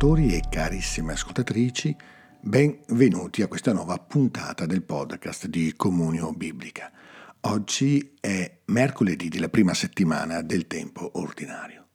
ascoltatori e carissime ascoltatrici, benvenuti a questa nuova puntata del podcast di Comunio Biblica. Oggi è mercoledì della prima settimana del tempo ordinario.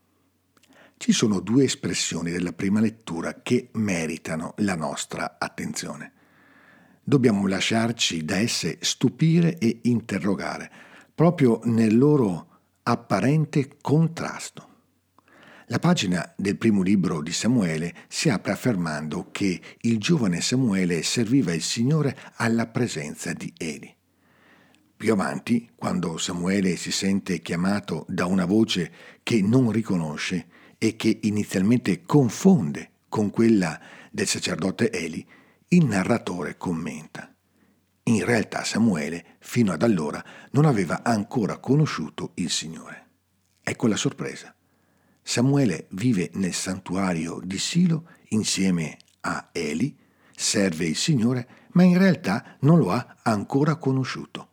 Ci sono due espressioni della prima lettura che meritano la nostra attenzione. Dobbiamo lasciarci da esse stupire e interrogare, proprio nel loro apparente contrasto. La pagina del primo libro di Samuele si apre affermando che il giovane Samuele serviva il Signore alla presenza di Eli. Più avanti, quando Samuele si sente chiamato da una voce che non riconosce e che inizialmente confonde con quella del sacerdote Eli, il narratore commenta: in realtà Samuele, fino ad allora, non aveva ancora conosciuto il Signore. Ecco la sorpresa. Samuele vive nel santuario di Silo insieme a Eli, serve il Signore, ma in realtà non lo ha ancora conosciuto.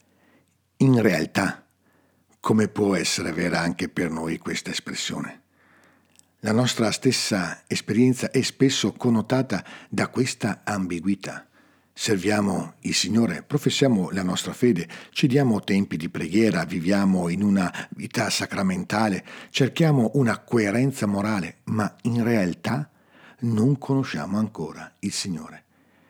In realtà, come può essere vera anche per noi questa espressione? La nostra stessa esperienza è spesso connotata da questa ambiguità. Serviamo il Signore, professiamo la nostra fede, ci diamo tempi di preghiera, viviamo in una vita sacramentale, cerchiamo una coerenza morale, ma in realtà non conosciamo ancora il Signore.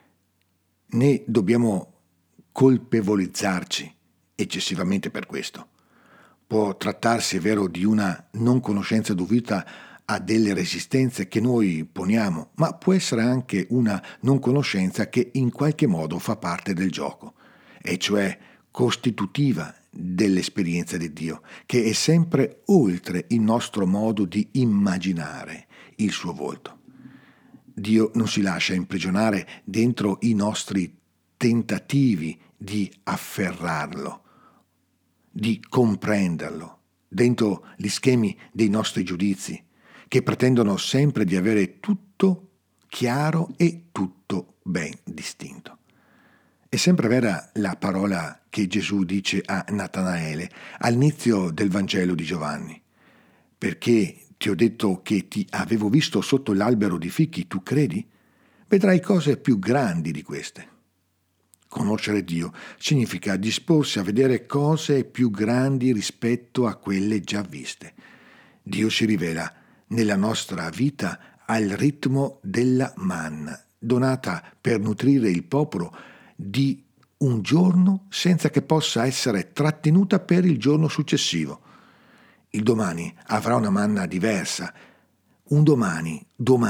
Né dobbiamo colpevolizzarci eccessivamente per questo. Può trattarsi, è vero, di una non conoscenza dovuta a delle resistenze che noi poniamo, ma può essere anche una non conoscenza che in qualche modo fa parte del gioco, e cioè costitutiva dell'esperienza di Dio, che è sempre oltre il nostro modo di immaginare il suo volto. Dio non si lascia imprigionare dentro i nostri tentativi di afferrarlo, di comprenderlo, dentro gli schemi dei nostri giudizi, che pretendono sempre di avere tutto chiaro e tutto ben distinto. È sempre vera la parola che Gesù dice a Natanaele all'inizio del Vangelo di Giovanni: perché ti ho detto che ti avevo visto sotto l'albero di fichi, tu credi? Vedrai cose più grandi di queste. Conoscere Dio significa disporsi a vedere cose più grandi rispetto a quelle già viste. Dio si rivela nella nostra vita al ritmo della manna, donata per nutrire il popolo di un giorno senza che possa essere trattenuta per il giorno successivo. Il domani avrà una manna diversa. Domani,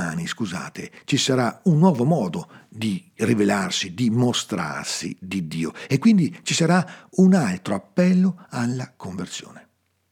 ci sarà un nuovo modo di rivelarsi, di mostrarsi di Dio, e quindi ci sarà un altro appello alla conversione.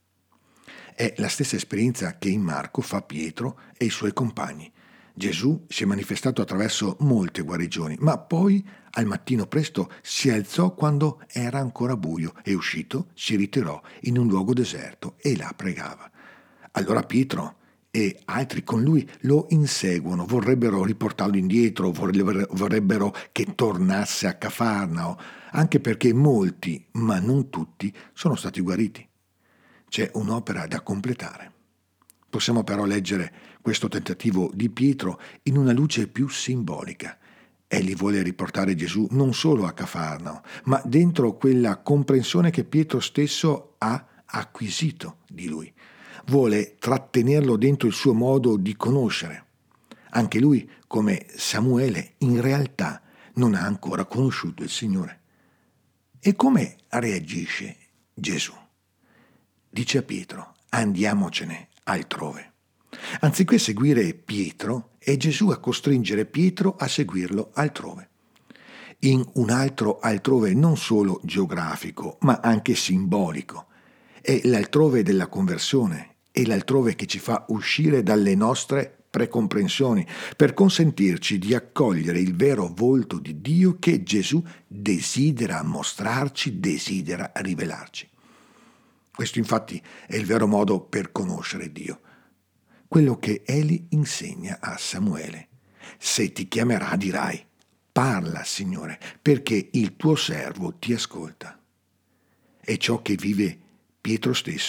È la stessa esperienza che in Marco fa Pietro e i suoi compagni. Gesù si è manifestato attraverso molte guarigioni, ma poi al mattino presto si alzò quando era ancora buio e uscito si ritirò in un luogo deserto e là pregava. Allora Pietro e altri con lui lo inseguono, vorrebbero riportarlo indietro, vorrebbero che tornasse a Cafarnao, anche perché molti, ma non tutti, sono stati guariti. C'è un'opera da completare. Possiamo però leggere questo tentativo di Pietro in una luce più simbolica. Egli vuole riportare Gesù non solo a Cafarnao, ma dentro quella comprensione che Pietro stesso ha acquisito di lui. Vuole trattenerlo dentro il suo modo di conoscere. Anche lui, come Samuele, in realtà non ha ancora conosciuto il Signore. E come reagisce Gesù? Dice a Pietro: andiamocene altrove. Anziché seguire Pietro, è Gesù a costringere Pietro a seguirlo altrove. In un altro altrove non solo geografico, ma anche simbolico. È l'altrove della conversione, è l'altrove che ci fa uscire dalle nostre precomprensioni, per consentirci di accogliere il vero volto di Dio che Gesù desidera mostrarci, desidera rivelarci. Questo infatti è il vero modo per conoscere Dio. Quello che Eli insegna a Samuele. Se ti chiamerà dirai: parla, Signore, perché il tuo servo ti ascolta. È ciò che vive Pietro stesso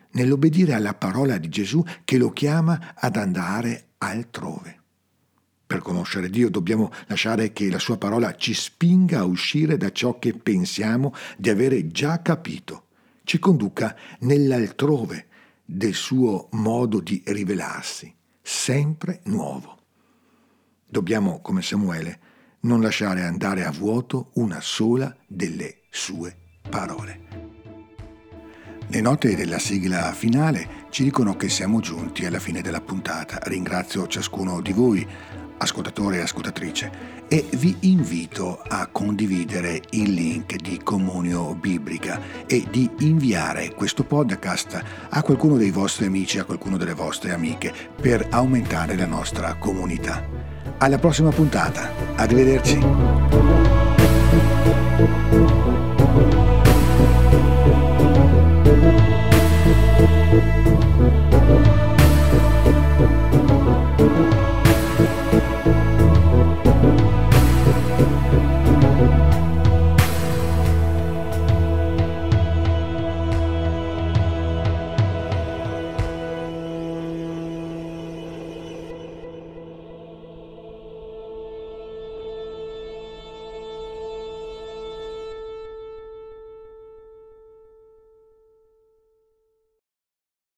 nell'obbedire alla parola di Gesù che lo chiama ad andare altrove. Per conoscere Dio dobbiamo lasciare che la sua parola ci spinga a uscire da ciò che pensiamo di avere già capito, ci conduca nell'altrove del suo modo di rivelarsi, sempre nuovo. Dobbiamo, come Samuele, non lasciare andare a vuoto una sola delle sue parole. Le note della sigla finale ci dicono che siamo giunti alla fine della puntata. Ringrazio ciascuno di voi, ascoltatore e ascoltatrice, e vi invito a condividere il link di Comunio Biblica e di inviare questo podcast a qualcuno dei vostri amici, a qualcuno delle vostre amiche, per aumentare la nostra comunità. Alla prossima puntata, arrivederci.